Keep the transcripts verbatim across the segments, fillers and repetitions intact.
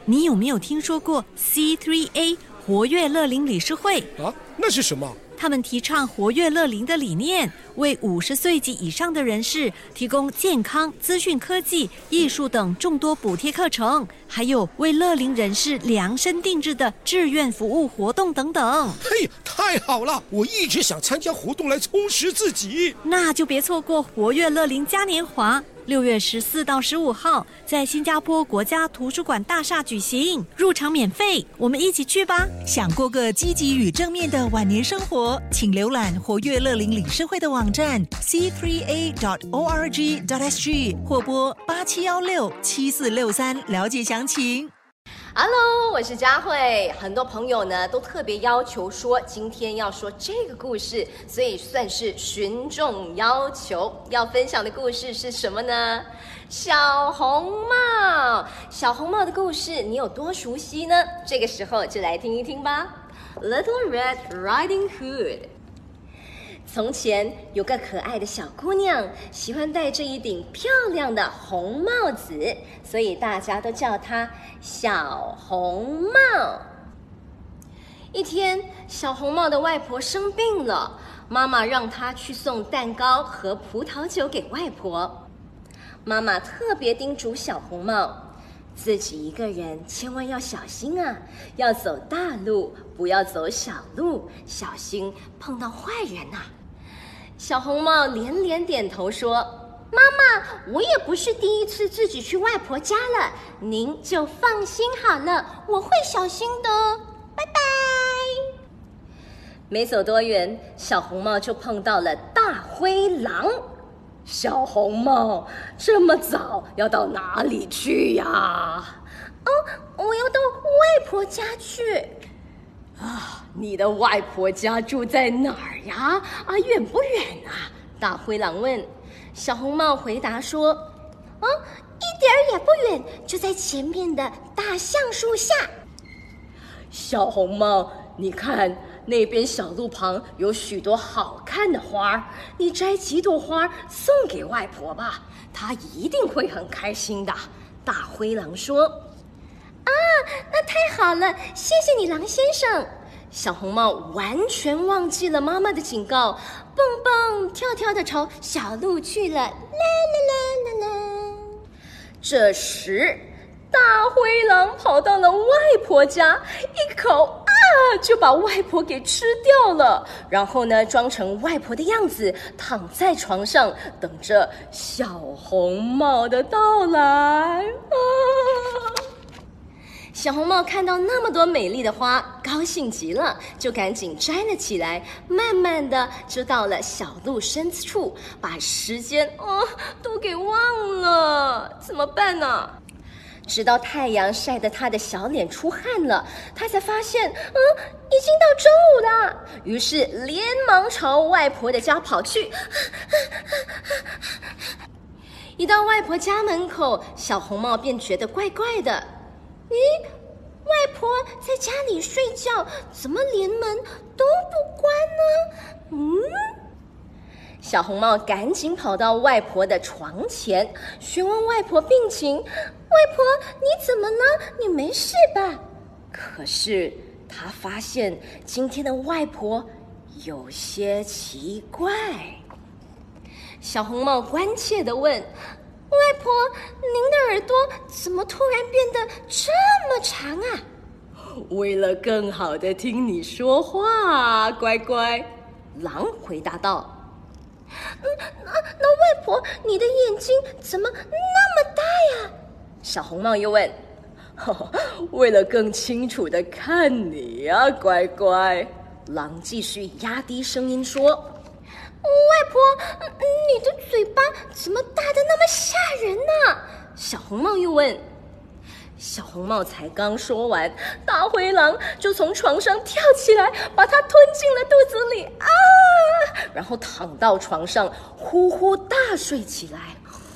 你有没有听说过 C 三 A 活跃乐龄理事会啊？那是什么？ 他们提倡活跃乐龄的理念，为五十岁及以上的人士提供健康、资讯科技、艺术等众多补贴课程，还有为乐龄人士量身定制的志愿服务活动等等。 嘿，太好了！我一直想参加活动来充实自己。 那就别错过活跃乐龄嘉年华，六月十四到十五号在新加坡国家图书馆大厦举行，入场免费，我们一起去吧。 想过个积极与正面的晚年生活，请浏览活跃乐龄理事会的网站 c 三 a 点 org 点 s g 或拨八七一六七四六三了解详情。 Hello， 我是佳慧。很多朋友呢都特别要求说今天要说这个故事，所以算是群众要求。要分享的故事是什么呢？小红帽。小红帽的故事你有多熟悉呢？这个时候就来听一听吧。Little Red Riding Hood。从前有个可爱的小姑娘，喜欢戴着一顶漂亮的红帽子，所以大家都叫她小红帽。一天，小红帽的外婆生病了，妈妈让她去送蛋糕和葡萄酒给外婆。妈妈特别叮嘱小红帽，自己一个人千万要小心啊，要走大路，不要走小路，小心碰到坏人啊。小红帽连连点头说，妈妈，我也不是第一次自己去外婆家了，您就放心好了，我会小心的，拜拜。没走多远，小红帽就碰到了大灰狼。小红帽，这么早要到哪里去呀？哦，我要到外婆家去。啊，你的外婆家住在哪儿呀？啊，远不远啊？大灰狼问。小红帽回答说，啊，一点儿也不远，就在前面的大橡树下。小红帽，你看那边小路旁有许多好看的花，你摘几朵花送给外婆吧，她一定会很开心的。大灰狼说。啊，那太好了，谢谢你，狼先生。小红帽完全忘记了妈妈的警告，蹦蹦跳跳地朝小路去了。啦啦啦啦啦。这时，大灰狼跑到了外婆家，一口啊就把外婆给吃掉了。然后呢，装成外婆的样子，躺在床上，等着小红帽的到来。啊！小红帽看到那么多美丽的花，高兴极了，就赶紧摘了起来，慢慢的就到了小路深处，把时间哦都给忘了，怎么办呢？直到太阳晒得他的小脸出汗了，他才发现，嗯，已经到中午了。于是连忙朝外婆的家跑去。一到外婆家门口，小红帽便觉得怪怪的。咦，外婆在家里睡觉，怎么连门都不关呢？嗯，小红帽赶紧跑到外婆的床前，询问外婆病情。外婆，你怎么了？你没事吧？可是她发现今天的外婆有些奇怪。小红帽关切地问，外婆，您的耳朵怎么突然变得这么长啊？为了更好地听你说话，乖乖。狼回答道。嗯，那那外婆，你的眼睛怎么那么大呀？小红帽又问。哦，为了更清楚地看你呀，乖乖。狼继续压低声音说。外婆，你的嘴巴怎么大得那么吓人呢？小红帽又问。小红帽才刚说完，大灰狼就从床上跳起来，把它吞进了肚子里啊！然后躺到床上，呼呼大睡起来。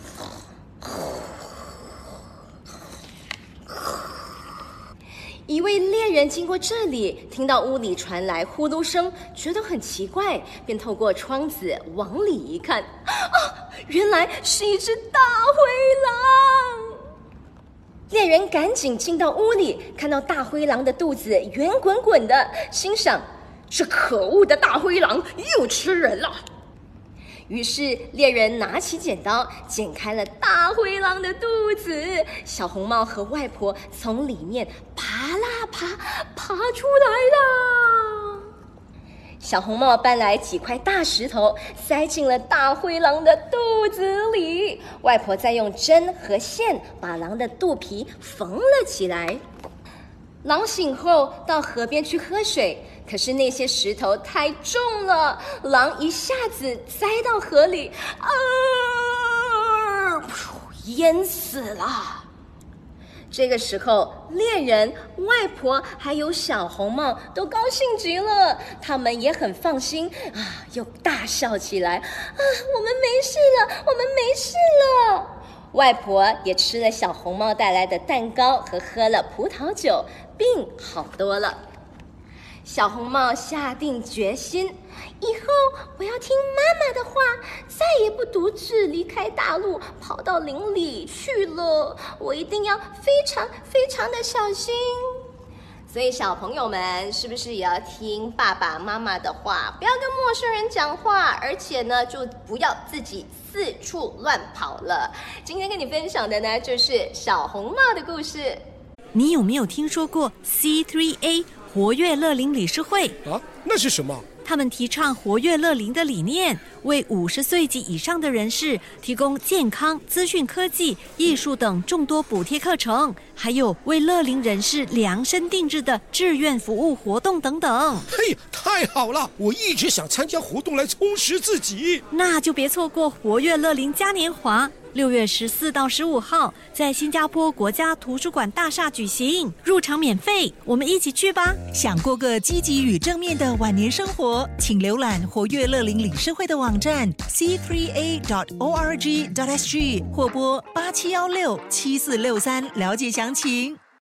一位猎人经过这里，听到屋里传来呼噜声，觉得很奇怪，便透过窗子往里一看，啊，原来是一只大灰狼。 猎人赶紧进到屋里，看到大灰狼的肚子圆滚滚的，心想：这可恶的大灰狼又吃人了。于是猎人拿起剪刀，剪开了大灰狼的肚子。小红帽和外婆从里面爬啦爬，爬出来啦。小红帽搬来几块大石头，塞进了大灰狼的肚子里。外婆再用针和线把狼的肚皮缝了起来。狼醒后到河边去喝水，可是那些石头太重了，狼一下子栽到河里，啊，淹死了。这个时候，猎人、外婆还有小红帽都高兴极了，他们也很放心啊，又大笑起来啊！我们没事了，我们没事了。外婆也吃了小红帽带来的蛋糕和喝了葡萄酒，病好多了。小红帽下定决心，以后我要听妈妈的话，再也不独自离开大陆，跑到林里去了。我一定要非常非常的小心。所以小朋友们是不是也要听爸爸妈妈的话，不要跟陌生人讲话，而且呢就不要自己四处乱跑了。今天跟你分享的呢就是小红帽的故事。 你有没有听说过 C 三 A 活跃乐龄理事会啊？那是什么？ 他们提倡活跃乐龄的理念，为五十岁及以上的人士提供健康、资讯科技、艺术等众多补贴课程，还有为乐龄人士量身定制的志愿服务活动等等。 嘿，太好了！我一直想参加活动来充实自己。 那就别错过活跃乐龄嘉年华。六月十四到十五号，在新加坡国家图书馆大厦举行，入场免费，我们一起去吧！ 想过个积极与正面的晚年生活，请浏览活跃乐龄理事会的网站 c 三 a dot org dot s g 或拨八七一六七四六三了解详情。